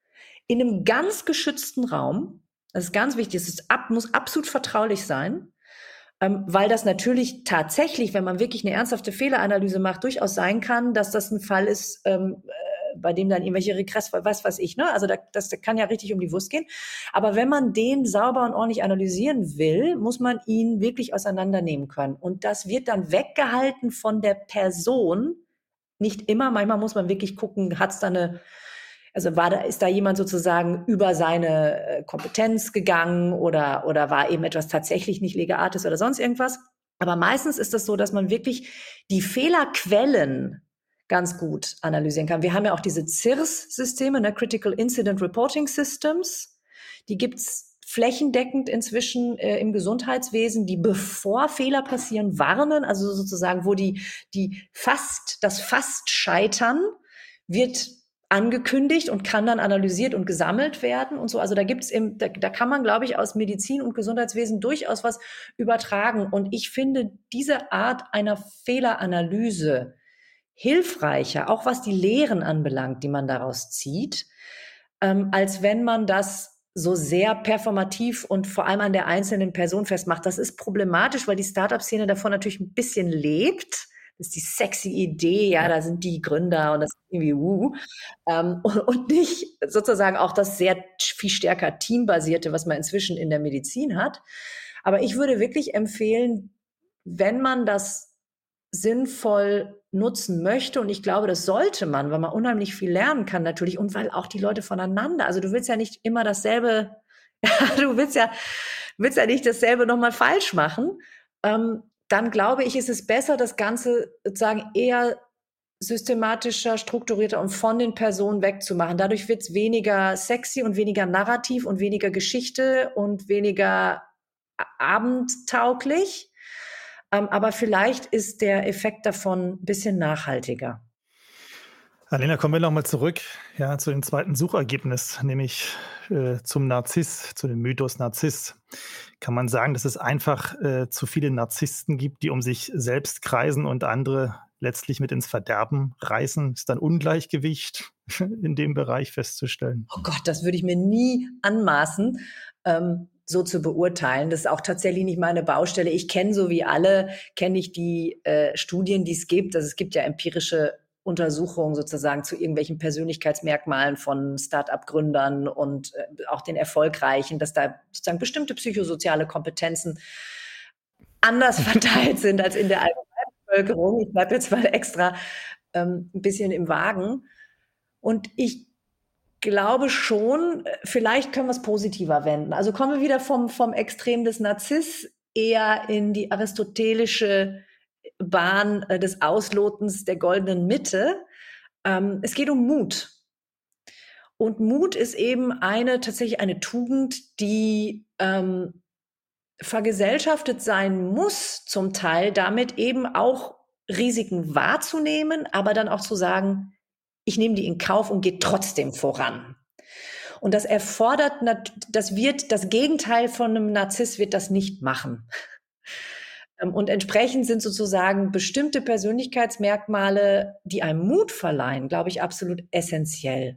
in einem ganz geschützten Raum. Das ist ganz wichtig, es ist ab, muss absolut vertraulich sein. Ähm, weil das natürlich tatsächlich, wenn man wirklich eine ernsthafte Fehleranalyse macht, durchaus sein kann, dass das ein Fall ist, ähm, bei dem dann irgendwelche Regress, was weiß ich, ne? Also da, das kann ja richtig um die Wurst gehen. Aber wenn man den sauber und ordentlich analysieren will, muss man ihn wirklich auseinandernehmen können. Und das wird dann weggehalten von der Person. Nicht immer, manchmal muss man wirklich gucken, hat es da eine, also war da, ist da jemand sozusagen über seine Kompetenz gegangen oder, oder war eben etwas tatsächlich nicht Lege artis oder sonst irgendwas. Aber meistens ist es so, dass man wirklich die Fehlerquellen ganz gut analysieren kann. Wir haben ja auch diese C I R S-Systeme, ne, Critical Incident Reporting Systems. Die gibt's flächendeckend inzwischen äh, im Gesundheitswesen, die bevor Fehler passieren warnen, also sozusagen, wo die, die fast, das Fast-Scheitern wird angekündigt und kann dann analysiert und gesammelt werden und so. Also da gibt's im, da, da kann man, glaube ich, aus Medizin und Gesundheitswesen durchaus was übertragen. Und ich finde diese Art einer Fehleranalyse hilfreicher, auch was die Lehren anbelangt, die man daraus zieht, ähm, als wenn man das so sehr performativ und vor allem an der einzelnen Person festmacht. Das ist problematisch, weil die Startup-Szene davon natürlich ein bisschen lebt. Das ist die sexy Idee, ja, da sind die Gründer und das ist irgendwie uh, ähm, und, und nicht sozusagen auch das sehr viel stärker teambasierte, was man inzwischen in der Medizin hat. Aber ich würde wirklich empfehlen, wenn man das sinnvoll nutzen möchte, und ich glaube, das sollte man, weil man unheimlich viel lernen kann natürlich und weil auch die Leute voneinander, also du willst ja nicht immer dasselbe, du willst ja, willst ja nicht dasselbe nochmal falsch machen, ähm, dann glaube ich, ist es besser, das Ganze sozusagen eher systematischer, strukturierter und von den Personen wegzumachen. Dadurch wird es weniger sexy und weniger narrativ und weniger Geschichte und weniger abendtauglich. Ähm, aber vielleicht ist der Effekt davon ein bisschen nachhaltiger. Alena, kommen wir nochmal zurück, ja, zu dem zweiten Suchergebnis, nämlich äh, zum Narziss, zu dem Mythos Narziss. Kann man sagen, dass es einfach äh, zu viele Narzissten gibt, die um sich selbst kreisen und andere letztlich mit ins Verderben reißen? Ist dann Ungleichgewicht in dem Bereich festzustellen? Oh Gott, das würde ich mir nie anmaßen, ähm, so zu beurteilen. Das ist auch tatsächlich nicht meine Baustelle. Ich kenne so wie alle, kenne ich die äh, Studien, die es gibt. Also es gibt ja empirische Untersuchungen sozusagen zu irgendwelchen Persönlichkeitsmerkmalen von Start-up-Gründern und äh, auch den Erfolgreichen, dass da sozusagen bestimmte psychosoziale Kompetenzen anders verteilt sind als in der Allgemeinbevölkerung. Ich bleibe jetzt mal extra ähm, ein bisschen im Wagen. Und ich glaube schon, vielleicht können wir es positiver wenden. Also kommen wir wieder vom, vom Extrem des Narziss eher in die aristotelische Bahn äh, des Auslotens der goldenen Mitte. Ähm, es geht um Mut. Und Mut ist eben eine, tatsächlich eine Tugend, die ähm, vergesellschaftet sein muss, zum Teil damit eben auch Risiken wahrzunehmen, aber dann auch zu sagen, ich nehme die in Kauf und gehe trotzdem voran. Und das erfordert, das wird, das Gegenteil von einem Narziss wird das nicht machen. Und entsprechend sind sozusagen bestimmte Persönlichkeitsmerkmale, die einem Mut verleihen, glaube ich, absolut essentiell.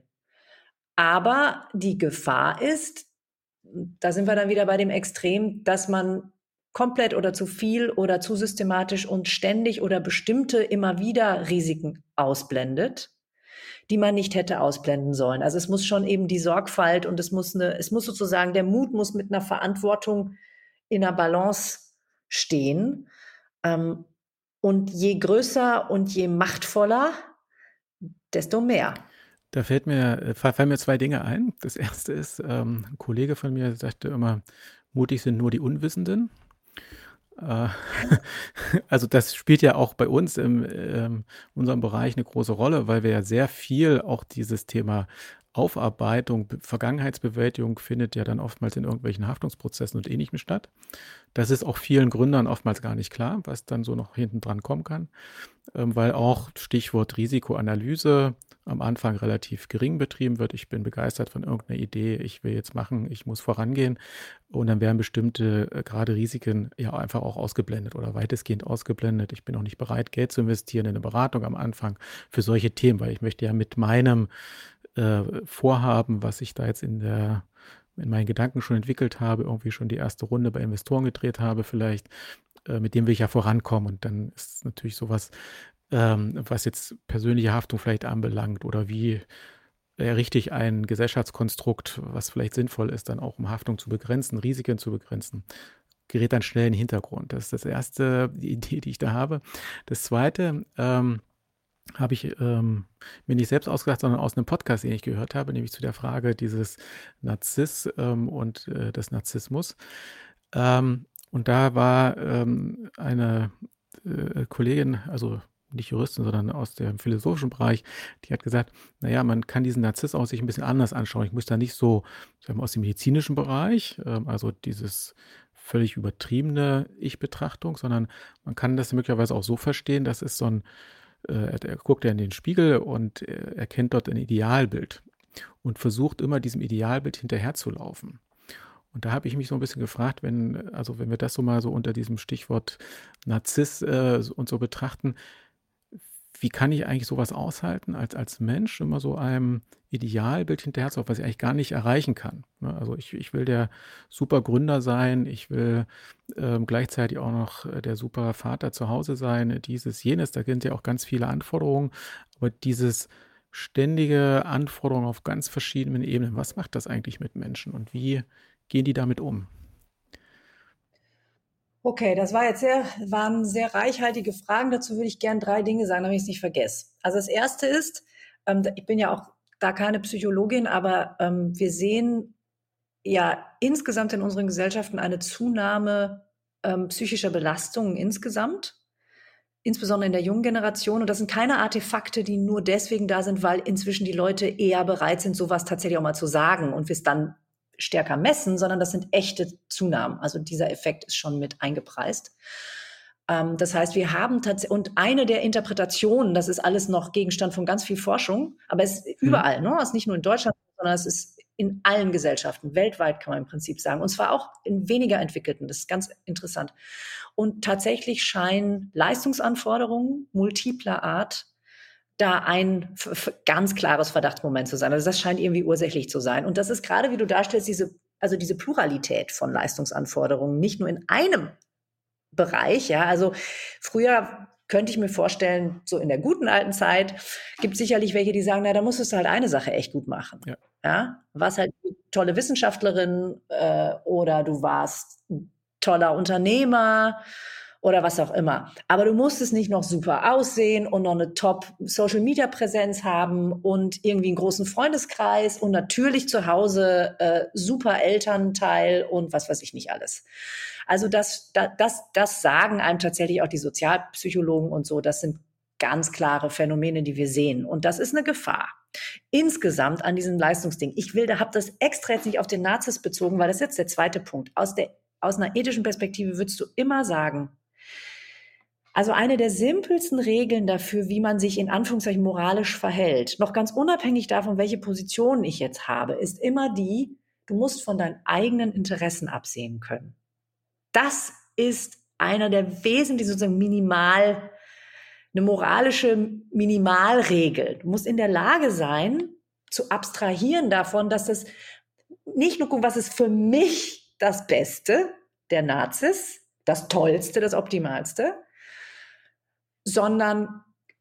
Aber die Gefahr ist, da sind wir dann wieder bei dem Extrem, dass man komplett oder zu viel oder zu systematisch und ständig oder bestimmte immer wieder Risiken ausblendet, die man nicht hätte ausblenden sollen. Also es muss schon eben die Sorgfalt und es muss eine, es muss sozusagen, der Mut muss mit einer Verantwortung in einer Balance stehen. Ähm, und je größer und je machtvoller, desto mehr. Da fällt mir, fallen mir zwei Dinge ein. Das erste ist, ähm, ein Kollege von mir sagte immer, mutig sind nur die Unwissenden. Äh, also das spielt ja auch bei uns in ähm, unserem Bereich eine große Rolle, weil wir ja sehr viel auch dieses Thema Aufarbeitung, Vergangenheitsbewältigung findet ja dann oftmals in irgendwelchen Haftungsprozessen und Ähnlichem statt. Das ist auch vielen Gründern oftmals gar nicht klar, was dann so noch hinten dran kommen kann, ähm, weil auch Stichwort Risikoanalyse am Anfang relativ gering betrieben wird. Ich bin begeistert von irgendeiner Idee, ich will jetzt machen, ich muss vorangehen und dann werden bestimmte äh, gerade Risiken ja einfach auch ausgeblendet oder weitestgehend ausgeblendet. Ich bin auch nicht bereit, Geld zu investieren in eine Beratung am Anfang für solche Themen, weil ich möchte ja mit meinem äh, Vorhaben, was ich da jetzt in der in meinen Gedanken schon entwickelt habe, irgendwie schon die erste Runde bei Investoren gedreht habe vielleicht, äh, mit dem will ich ja vorankommen und dann ist natürlich sowas ähm, was jetzt persönliche Haftung vielleicht anbelangt oder wie errichte ich ein Gesellschaftskonstrukt, was vielleicht sinnvoll ist, dann auch um Haftung zu begrenzen, Risiken zu begrenzen, gerät dann schnell in den Hintergrund. Das ist das erste, die Idee, die ich da habe. Das zweite, ähm, habe ich ähm, mir nicht selbst ausgedacht, sondern aus einem Podcast, den ich gehört habe, nämlich zu der Frage dieses Narziss ähm, und äh, des Narzissmus. Ähm, und da war ähm, eine äh, Kollegin, also nicht Juristin, sondern aus dem philosophischen Bereich, die hat gesagt, naja, man kann diesen Narziss auch sich ein bisschen anders anschauen. Ich muss da nicht so, sagen wir, aus dem medizinischen Bereich, ähm, also dieses völlig übertriebene Ich-Betrachtung, sondern man kann das möglicherweise auch so verstehen, das ist so ein, äh, er, er guckt ja in den Spiegel und er erkennt dort ein Idealbild und versucht immer diesem Idealbild hinterherzulaufen. Und da habe ich mich so ein bisschen gefragt, wenn, also wenn wir das so mal so unter diesem Stichwort Narziss äh, und so betrachten, wie kann ich eigentlich sowas aushalten als, als Mensch, immer so einem Idealbild hinterherzulaufen, was ich eigentlich gar nicht erreichen kann. Ne? Also ich, ich will der super Gründer sein, ich will ähm, gleichzeitig auch noch äh, der super Vater zu Hause sein, dieses, jenes, da sind ja auch ganz viele Anforderungen, aber dieses ständige Anforderungen auf ganz verschiedenen Ebenen, was macht das eigentlich mit Menschen und wie gehen die damit um? Okay, das war jetzt sehr, waren sehr reichhaltige Fragen. Dazu würde ich gerne drei Dinge sagen, damit ich es nicht vergesse. Also das erste ist, ähm, ich bin ja auch da keine Psychologin, aber ähm, wir sehen ja insgesamt in unseren Gesellschaften eine Zunahme ähm, psychischer Belastungen insgesamt, insbesondere in der jungen Generation. Und das sind keine Artefakte, die nur deswegen da sind, weil inzwischen die Leute eher bereit sind, sowas tatsächlich auch mal zu sagen und wir es dann stärker messen, sondern das sind echte Zunahmen. Also dieser Effekt ist schon mit eingepreist. Ähm, das heißt, wir haben tatsächlich, und eine der Interpretationen, das ist alles noch Gegenstand von ganz viel Forschung, aber es ist überall, ne? Es ist nicht nur in Deutschland, sondern es ist in allen Gesellschaften, weltweit kann man im Prinzip sagen. Und zwar auch in weniger entwickelten, das ist ganz interessant. Und tatsächlich scheinen Leistungsanforderungen multipler Art da ein f- f- ganz klares Verdachtsmoment zu sein. Also das scheint irgendwie ursächlich zu sein. Und das ist gerade, wie du darstellst, diese, also diese Pluralität von Leistungsanforderungen, nicht nur in einem Bereich. Ja, also früher könnte ich mir vorstellen, so in der guten alten Zeit gibt es sicherlich welche, die sagen, na, da musstest du halt eine Sache echt gut machen. Ja. Ja, warst halt eine tolle Wissenschaftlerin äh, oder du warst ein toller Unternehmer oder was auch immer. Aber du musstest nicht noch super aussehen und noch eine Top-Social-Media-Präsenz haben und irgendwie einen großen Freundeskreis und natürlich zu Hause äh, super Elternteil und was weiß ich nicht alles. Also das, das, das sagen einem tatsächlich auch die Sozialpsychologen und so. Das sind ganz klare Phänomene, die wir sehen. Und das ist eine Gefahr. Insgesamt an diesem Leistungsding. Ich will, da habe das extra jetzt nicht auf den Narzis bezogen, weil das ist jetzt der zweite Punkt. Aus der, aus einer ethischen Perspektive würdest du immer sagen, also eine der simpelsten Regeln dafür, wie man sich in Anführungszeichen moralisch verhält, noch ganz unabhängig davon, welche Position ich jetzt habe, ist immer die, du musst von deinen eigenen Interessen absehen können. Das ist einer der wesentlichen, sozusagen minimal, eine moralische Minimalregel. Du musst in der Lage sein, zu abstrahieren davon, dass das nicht nur gucken, was ist für mich das Beste, der Narzis, das Tollste, das Optimalste, sondern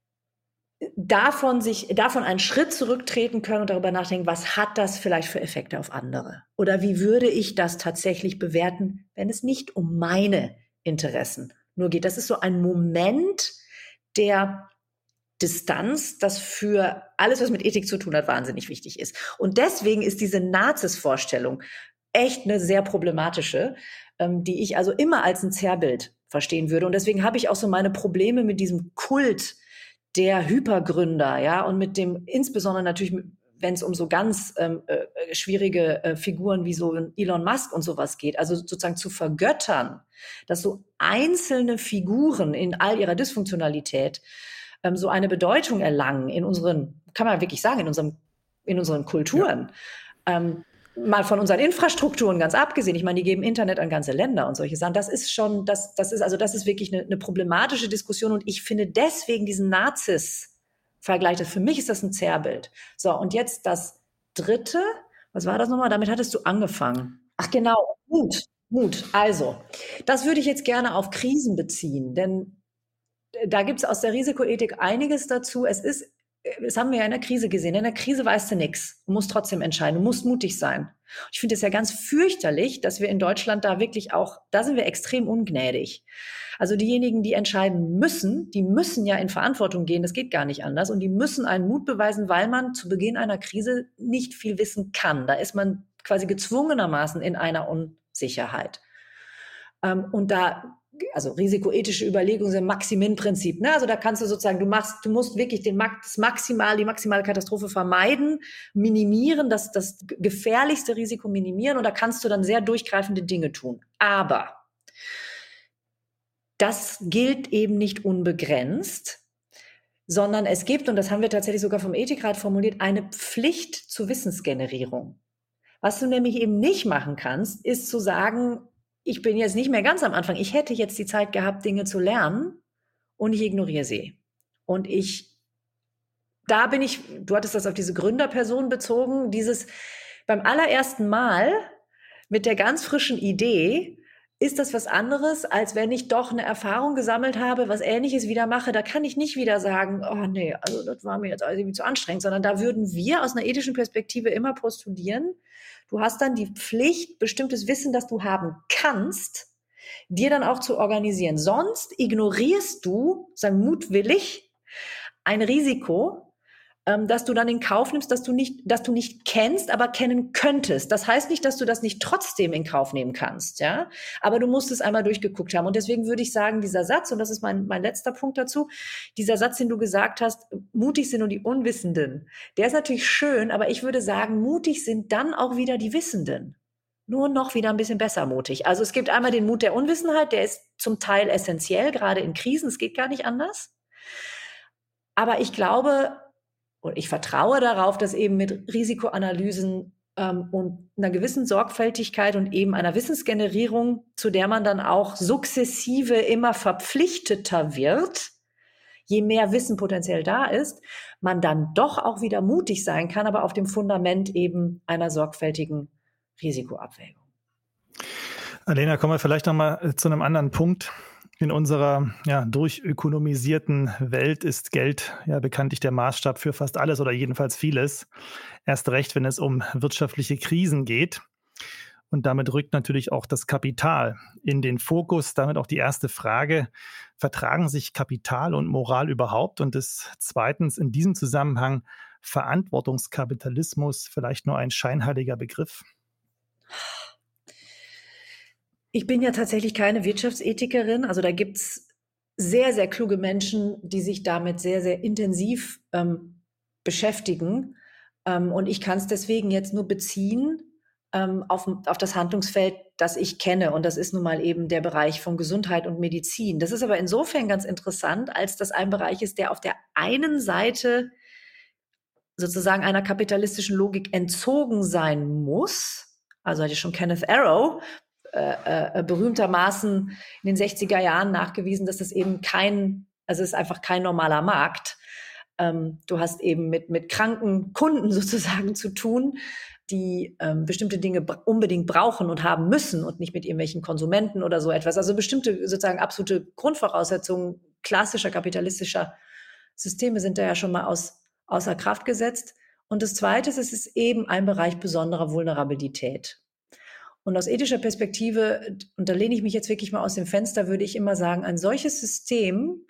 davon sich, davon einen Schritt zurücktreten können und darüber nachdenken, was hat das vielleicht für Effekte auf andere? Oder wie würde ich das tatsächlich bewerten, wenn es nicht um meine Interessen nur geht? Das ist so ein Moment der Distanz, das für alles, was mit Ethik zu tun hat, wahnsinnig wichtig ist. Und deswegen ist diese Nazis-Vorstellung echt eine sehr problematische, ähm, die ich also immer als ein Zerrbild verstehen würde. Und deswegen habe ich auch so meine Probleme mit diesem Kult der Hypergründer, ja, und mit dem, insbesondere natürlich, wenn es um so ganz ähm, äh, schwierige äh, Figuren wie so Elon Musk und sowas geht, also sozusagen zu vergöttern, dass so einzelne Figuren in all ihrer Dysfunktionalität ähm, so eine Bedeutung erlangen in unseren, kann man wirklich sagen, in unserem, in unseren Kulturen. Ja. Ähm, mal von unseren Infrastrukturen ganz abgesehen, ich meine, die geben Internet an ganze Länder und solche Sachen. Das ist schon, das, das ist, also das ist wirklich eine, eine problematische Diskussion und ich finde deswegen diesen Nazis-Vergleich, für mich ist das ein Zerrbild. So, und jetzt das Dritte, was war das nochmal? Damit hattest du angefangen. Ach genau, Mut, Mut. Also, das würde ich jetzt gerne auf Krisen beziehen, denn da gibt es aus der Risikoethik einiges dazu. Es ist, das haben wir ja in der Krise gesehen. In der Krise weißt du nichts. Du musst trotzdem entscheiden. Du musst mutig sein. Ich finde es ja ganz fürchterlich, dass wir in Deutschland da wirklich auch, da sind wir extrem ungnädig. Also diejenigen, die entscheiden müssen, die müssen ja in Verantwortung gehen. Das geht gar nicht anders. Und die müssen einen Mut beweisen, weil man zu Beginn einer Krise nicht viel wissen kann. Da ist man quasi gezwungenermaßen in einer Unsicherheit. Ähm, und da, also risikoethische Überlegungen sind Maximin-Prinzip. Ne? Also da kannst du sozusagen, du machst, du musst wirklich den das maximal, die maximale Katastrophe vermeiden, minimieren, das, das gefährlichste Risiko minimieren. Und da kannst du dann sehr durchgreifende Dinge tun. Aber das gilt eben nicht unbegrenzt, sondern es gibt, und das haben wir tatsächlich sogar vom Ethikrat formuliert, eine Pflicht zur Wissensgenerierung. Was du nämlich eben nicht machen kannst, ist zu sagen, ich bin jetzt nicht mehr ganz am Anfang, ich hätte jetzt die Zeit gehabt, Dinge zu lernen und ich ignoriere sie. Und ich, da bin ich, du hattest das auf diese Gründerperson bezogen, dieses beim allerersten Mal mit der ganz frischen Idee, ist das was anderes, als wenn ich doch eine Erfahrung gesammelt habe, was Ähnliches wieder mache. Da kann ich nicht wieder sagen, oh nee, also das war mir jetzt irgendwie zu anstrengend, sondern da würden wir aus einer ethischen Perspektive immer postulieren, du hast dann die Pflicht, bestimmtes Wissen, das du haben kannst, dir dann auch zu organisieren. Sonst ignorierst du, sagen mutwillig, ein Risiko, ähm, dass du dann in Kauf nimmst, dass du nicht, dass du nicht kennst, aber kennen könntest. Das heißt nicht, dass du das nicht trotzdem in Kauf nehmen kannst, ja. Aber du musst es einmal durchgeguckt haben. Und deswegen würde ich sagen, dieser Satz, und das ist mein, mein letzter Punkt dazu, dieser Satz, den du gesagt hast, mutig sind nur die Unwissenden, der ist natürlich schön, aber ich würde sagen, mutig sind dann auch wieder die Wissenden. Nur noch wieder ein bisschen besser mutig. Also es gibt einmal den Mut der Unwissenheit, der ist zum Teil essentiell, gerade in Krisen, es geht gar nicht anders. Aber ich glaube, und ich vertraue darauf, dass eben mit Risikoanalysen ähm, und einer gewissen Sorgfältigkeit und eben einer Wissensgenerierung, zu der man dann auch sukzessive immer verpflichteter wird, je mehr Wissen potenziell da ist, man dann doch auch wieder mutig sein kann, aber auf dem Fundament eben einer sorgfältigen Risikoabwägung. Alena, kommen wir vielleicht noch mal zu einem anderen Punkt. In unserer ja, durchökonomisierten Welt ist Geld ja bekanntlich der Maßstab für fast alles oder jedenfalls vieles. Erst recht, wenn es um wirtschaftliche Krisen geht. Und damit rückt natürlich auch das Kapital in den Fokus. Damit auch die erste Frage, vertragen sich Kapital und Moral überhaupt? Und das zweitens in diesem Zusammenhang, Verantwortungskapitalismus vielleicht nur ein scheinheiliger Begriff? Ich bin ja tatsächlich keine Wirtschaftsethikerin. Also da gibt's sehr, sehr kluge Menschen, die sich damit sehr, sehr intensiv ähm, beschäftigen. Ähm, und ich kann es deswegen jetzt nur beziehen ähm, auf, auf das Handlungsfeld, das ich kenne. Und das ist nun mal eben der Bereich von Gesundheit und Medizin. Das ist aber insofern ganz interessant, als das ein Bereich ist, der auf der einen Seite sozusagen einer kapitalistischen Logik entzogen sein muss. Also hatte schon Kenneth Arrow Äh, äh, berühmtermaßen in den sechziger Jahren nachgewiesen, dass das eben kein, also es ist einfach kein normaler Markt. Ähm, du hast eben mit, mit kranken Kunden sozusagen zu tun, die ähm, bestimmte Dinge bra- unbedingt brauchen und haben müssen und nicht mit irgendwelchen Konsumenten oder so etwas. Also bestimmte sozusagen absolute Grundvoraussetzungen klassischer kapitalistischer Systeme sind da ja schon mal aus, außer Kraft gesetzt. Und das Zweite ist, es ist eben ein Bereich besonderer Vulnerabilität. Und aus ethischer Perspektive, und da lehne ich mich jetzt wirklich mal aus dem Fenster, würde ich immer sagen, ein solches System,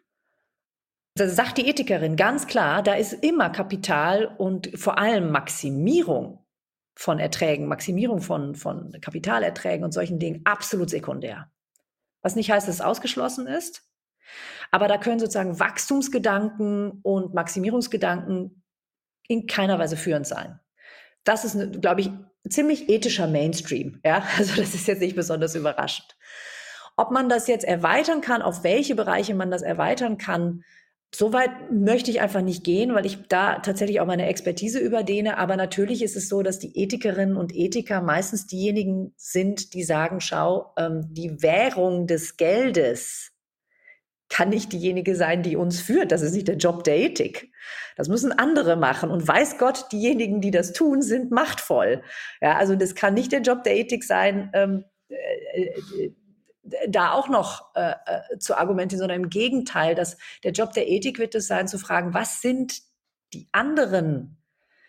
das sagt die Ethikerin ganz klar, da ist immer Kapital und vor allem Maximierung von Erträgen, Maximierung von, von Kapitalerträgen und solchen Dingen absolut sekundär. Was nicht heißt, dass es ausgeschlossen ist, aber da können sozusagen Wachstumsgedanken und Maximierungsgedanken in keiner Weise führend sein. Das ist, glaube ich, ziemlich ethischer Mainstream. Ja? Also das ist jetzt nicht besonders überraschend. Ob man das jetzt erweitern kann, auf welche Bereiche man das erweitern kann, so weit möchte ich einfach nicht gehen, weil ich da tatsächlich auch meine Expertise überdehne. Aber natürlich ist es so, dass die Ethikerinnen und Ethiker meistens diejenigen sind, die sagen, schau, ähm, die Währung des Geldes kann nicht diejenige sein, die uns führt. Das ist nicht der Job der Ethik. Das müssen andere machen. Und weiß Gott, diejenigen, die das tun, sind machtvoll. Ja, also das kann nicht der Job der Ethik sein, ähm, äh, da auch noch äh, äh, zu argumentieren, sondern im Gegenteil, dass der Job der Ethik wird es sein, zu fragen, was sind die anderen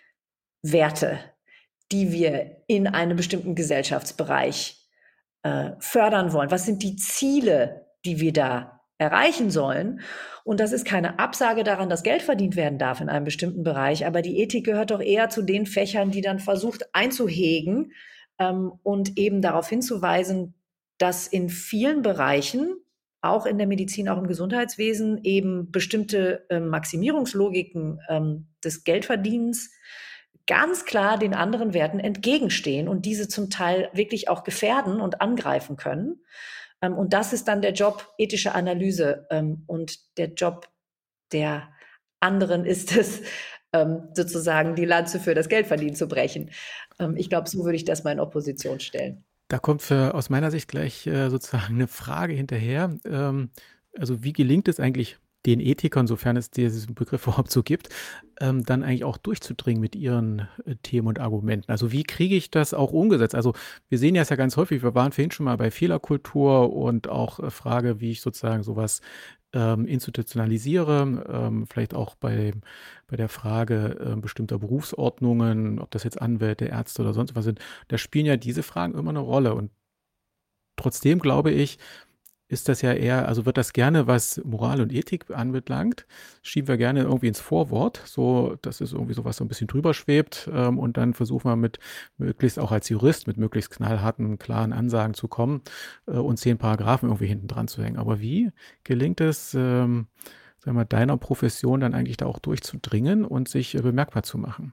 Werte, die wir in einem bestimmten Gesellschaftsbereich äh, fördern wollen? Was sind die Ziele, die wir da erreichen sollen? Und das ist keine Absage daran, dass Geld verdient werden darf in einem bestimmten Bereich, aber die Ethik gehört doch eher zu den Fächern, die dann versucht einzuhegen ähm, und eben darauf hinzuweisen, dass in vielen Bereichen, auch in der Medizin, auch im Gesundheitswesen, eben bestimmte ähm, Maximierungslogiken ähm, des Geldverdienens ganz klar den anderen Werten entgegenstehen und diese zum Teil wirklich auch gefährden und angreifen können. Ähm, und das ist dann der Job ethische Analyse. Ähm, und der Job der anderen ist es, ähm, sozusagen die Lanze für das Geldverdienen zu brechen. Ähm, ich glaube, so würde ich das mal in Opposition stellen. Da kommt für, aus meiner Sicht gleich äh, sozusagen eine Frage hinterher. Ähm, also wie gelingt es eigentlich den Ethikern, sofern es diesen Begriff überhaupt so gibt, ähm, dann eigentlich auch durchzudringen mit ihren äh, Themen und Argumenten? Also wie kriege ich das auch umgesetzt? Also wir sehen ja es ja ganz häufig, wir waren vorhin schon mal bei Fehlerkultur und auch äh, Frage, wie ich sozusagen sowas ähm, institutionalisiere, ähm, vielleicht auch bei, bei der Frage äh, bestimmter Berufsordnungen, ob das jetzt Anwälte, Ärzte oder sonst was sind, da spielen ja diese Fragen immer eine Rolle. Und trotzdem glaube ich, ist das ja eher, also wird das gerne, was Moral und Ethik anbelangt, schieben wir gerne irgendwie ins Vorwort, so, dass es irgendwie sowas so ein bisschen drüber schwebt ähm, und dann versuchen wir mit möglichst auch als Jurist mit möglichst knallharten, klaren Ansagen zu kommen äh, und zehn Paragraphen irgendwie hinten dran zu hängen. Aber wie gelingt es, ähm, sagen wir, deiner Profession dann eigentlich da auch durchzudringen und sich äh, bemerkbar zu machen?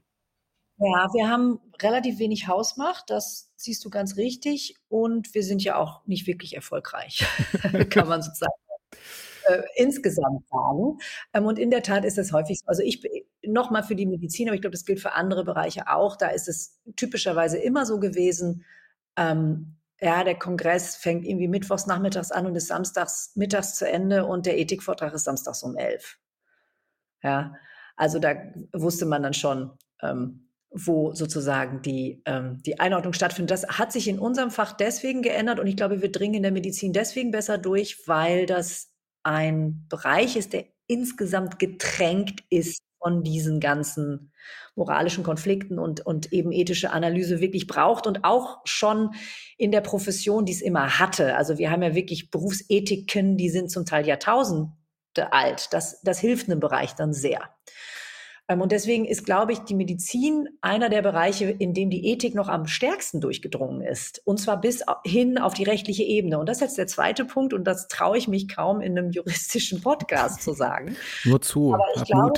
Ja, wir haben relativ wenig Hausmacht, das siehst du ganz richtig. Und wir sind ja auch nicht wirklich erfolgreich, kann man sozusagen äh, insgesamt sagen. Ähm, und in der Tat ist das häufig so. Also ich nochmal für die Medizin, aber ich glaube, das gilt für andere Bereiche auch. Da ist es typischerweise immer so gewesen, ähm, ja, der Kongress fängt irgendwie mittwochs nachmittags an und ist samstags mittags zu Ende und der Ethikvortrag ist samstags um elf. Ja, also da wusste man dann schon, ähm, wo sozusagen die, ähm, die Einordnung stattfindet. Das hat sich in unserem Fach deswegen geändert und ich glaube, wir dringen in der Medizin deswegen besser durch, weil das ein Bereich ist, der insgesamt getränkt ist von diesen ganzen moralischen Konflikten und, und eben ethische Analyse wirklich braucht und auch schon in der Profession, die es immer hatte. Also wir haben ja wirklich Berufsethiken, die sind zum Teil Jahrtausende alt. Das, das hilft einem Bereich dann sehr. Und deswegen ist, glaube ich, die Medizin einer der Bereiche, in dem die Ethik noch am stärksten durchgedrungen ist. Und zwar bis hin auf die rechtliche Ebene. Und das ist jetzt der zweite Punkt. Und das traue ich mich kaum in einem juristischen Podcast zu sagen. Nur zu. Aber ich Hab glaube,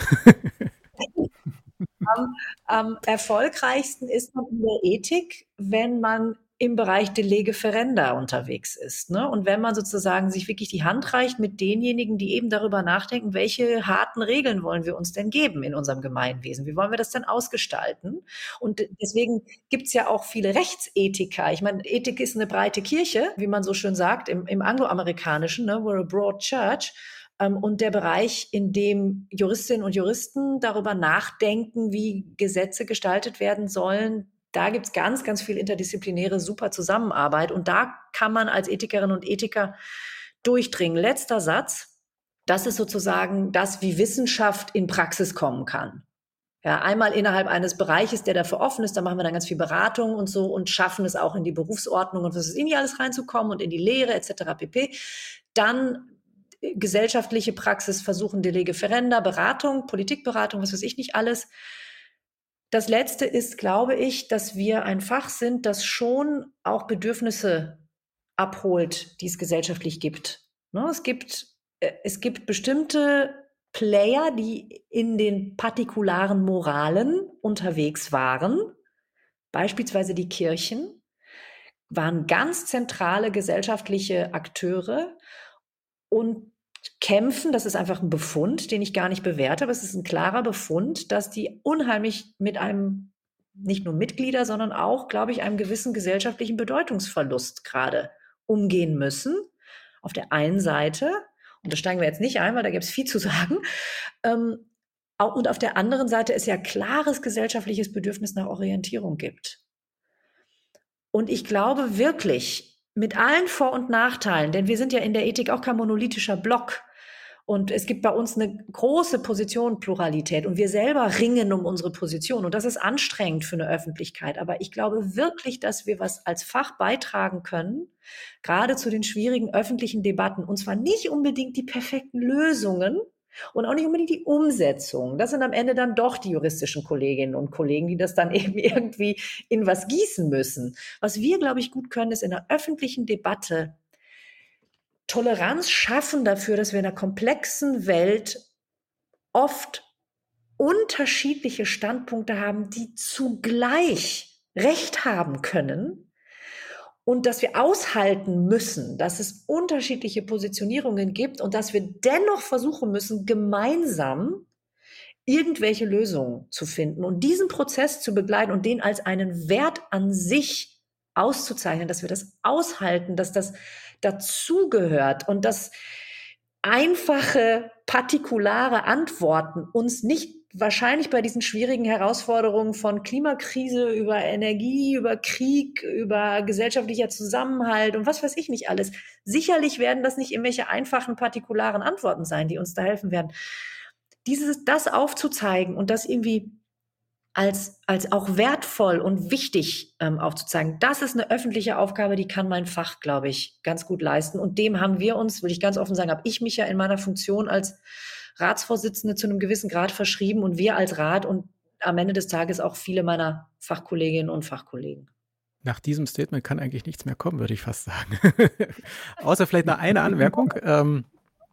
Mut. am, am erfolgreichsten ist man in der Ethik, wenn man im Bereich de lege ferenda unterwegs ist. Ne? Und wenn man sozusagen sich wirklich die Hand reicht mit denjenigen, die eben darüber nachdenken, welche harten Regeln wollen wir uns denn geben in unserem Gemeinwesen? Wie wollen wir das denn ausgestalten? Und deswegen gibt es ja auch viele Rechtsethiker. Ich meine, Ethik ist eine breite Kirche, wie man so schön sagt, im, im Angloamerikanischen, ne? We're a broad church. Und der Bereich, in dem Juristinnen und Juristen darüber nachdenken, wie Gesetze gestaltet werden sollen, da gibt es ganz, ganz viel interdisziplinäre, super Zusammenarbeit. Und da kann man als Ethikerin und Ethiker durchdringen. Letzter Satz. Das ist sozusagen das, wie Wissenschaft in Praxis kommen kann. Ja, einmal innerhalb eines Bereiches, der dafür offen ist, da machen wir dann ganz viel Beratung und so und schaffen es auch in die Berufsordnung und was ist in die alles reinzukommen und in die Lehre et cetera pp. Dann gesellschaftliche Praxis, versuchen de lege ferenda, Beratung, Politikberatung, was weiß ich nicht alles. Das Letzte ist, glaube ich, dass wir ein Fach sind, das schon auch Bedürfnisse abholt, die es gesellschaftlich gibt. Ne, es gibt, es gibt bestimmte Player, die in den partikularen Moralen unterwegs waren, beispielsweise die Kirchen, waren ganz zentrale gesellschaftliche Akteure und kämpfen, das ist einfach ein Befund, den ich gar nicht bewerte, aber es ist ein klarer Befund, dass die unheimlich mit einem, nicht nur Mitglieder, sondern auch, glaube ich, einem gewissen gesellschaftlichen Bedeutungsverlust gerade umgehen müssen. Auf der einen Seite, und da steigen wir jetzt nicht ein, weil da gibt es viel zu sagen, ähm, und auf der anderen Seite es ja klares gesellschaftliches Bedürfnis nach Orientierung gibt. Und ich glaube wirklich, mit allen Vor- und Nachteilen, denn wir sind ja in der Ethik auch kein monolithischer Block. Und es gibt bei uns eine große Positionenpluralität und wir selber ringen um unsere Position. Und das ist anstrengend für eine Öffentlichkeit. Aber ich glaube wirklich, dass wir was als Fach beitragen können, gerade zu den schwierigen öffentlichen Debatten. Und zwar nicht unbedingt die perfekten Lösungen und auch nicht unbedingt die Umsetzung. Das sind am Ende dann doch die juristischen Kolleginnen und Kollegen, die das dann eben irgendwie in was gießen müssen. Was wir, glaube ich, gut können, ist in der öffentlichen Debatte Toleranz schaffen dafür, dass wir in einer komplexen Welt oft unterschiedliche Standpunkte haben, die zugleich Recht haben können und dass wir aushalten müssen, dass es unterschiedliche Positionierungen gibt und dass wir dennoch versuchen müssen, gemeinsam irgendwelche Lösungen zu finden und diesen Prozess zu begleiten und den als einen Wert an sich auszuzeichnen, dass wir das aushalten, dass das dazugehört und dass einfache, partikulare Antworten uns nicht wahrscheinlich bei diesen schwierigen Herausforderungen von Klimakrise über Energie, über Krieg, über gesellschaftlicher Zusammenhalt und was weiß ich nicht alles. Sicherlich werden das nicht irgendwelche einfachen, partikularen Antworten sein, die uns da helfen werden. Dieses, das aufzuzeigen und das irgendwie als, als auch wertvoll und wichtig ähm, aufzuzeigen. Das ist eine öffentliche Aufgabe, die kann mein Fach, glaube ich, ganz gut leisten. Und dem haben wir uns, will ich ganz offen sagen, habe ich mich ja in meiner Funktion als Ratsvorsitzende zu einem gewissen Grad verschrieben und wir als Rat und am Ende des Tages auch viele meiner Fachkolleginnen und Fachkollegen. Nach diesem Statement kann eigentlich nichts mehr kommen, würde ich fast sagen. Außer vielleicht noch eine Anmerkung. Ähm,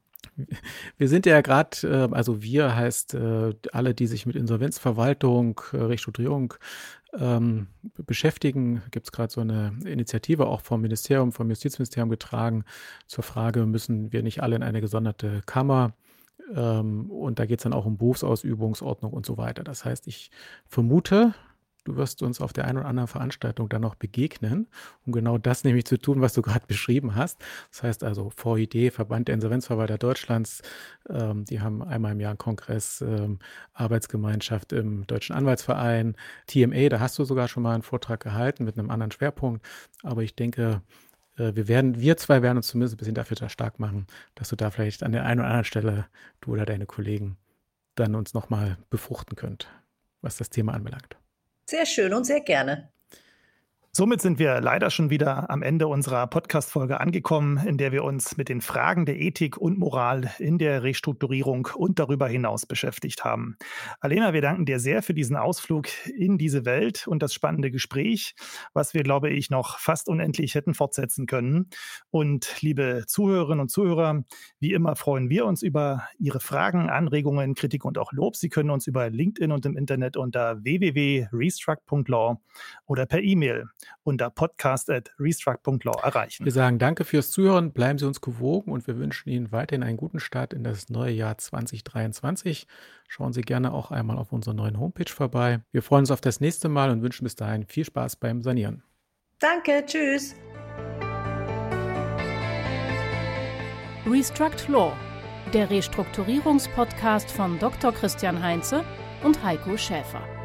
Wir sind ja gerade, also wir heißt alle, die sich mit Insolvenzverwaltung, Restrukturierung ähm, beschäftigen, gibt es gerade so eine Initiative auch vom Ministerium, vom Justizministerium getragen zur Frage, müssen wir nicht alle in eine gesonderte Kammer? Ähm, und da geht es dann auch um Berufsausübungsordnung und so weiter. Das heißt, ich vermute, du wirst uns auf der einen oder anderen Veranstaltung dann noch begegnen, um genau das nämlich zu tun, was du gerade beschrieben hast. Das heißt also V I D, Verband der Insolvenzverwalter Deutschlands, ähm, die haben einmal im Jahr einen Kongress, ähm, Arbeitsgemeinschaft im Deutschen Anwaltsverein, T M A, da hast du sogar schon mal einen Vortrag gehalten mit einem anderen Schwerpunkt. Aber ich denke, äh, wir werden, wir zwei werden uns zumindest ein bisschen dafür stark machen, dass du da vielleicht an der einen oder anderen Stelle, du oder deine Kollegen, dann uns nochmal befruchten könnt, was das Thema anbelangt. Sehr schön und sehr gerne. Somit sind wir leider schon wieder am Ende unserer Podcast-Folge angekommen, in der wir uns mit den Fragen der Ethik und Moral in der Restrukturierung und darüber hinaus beschäftigt haben. Alena, wir danken dir sehr für diesen Ausflug in diese Welt und das spannende Gespräch, was wir, glaube ich, noch fast unendlich hätten fortsetzen können. Und liebe Zuhörerinnen und Zuhörer, wie immer freuen wir uns über Ihre Fragen, Anregungen, Kritik und auch Lob. Sie können uns über LinkedIn und im Internet unter w w w punkt restruct punkt law oder per E-Mail unter podcast at restruct punkt law erreichen. Wir sagen danke fürs Zuhören, bleiben Sie uns gewogen und wir wünschen Ihnen weiterhin einen guten Start in das neue Jahr zwanzig dreiundzwanzig. Schauen Sie gerne auch einmal auf unserer neuen Homepage vorbei. Wir freuen uns auf das nächste Mal und wünschen bis dahin viel Spaß beim Sanieren. Danke, tschüss. Restruct Law, der Restrukturierungspodcast von Doktor Christian Heinze und Heiko Schäfer.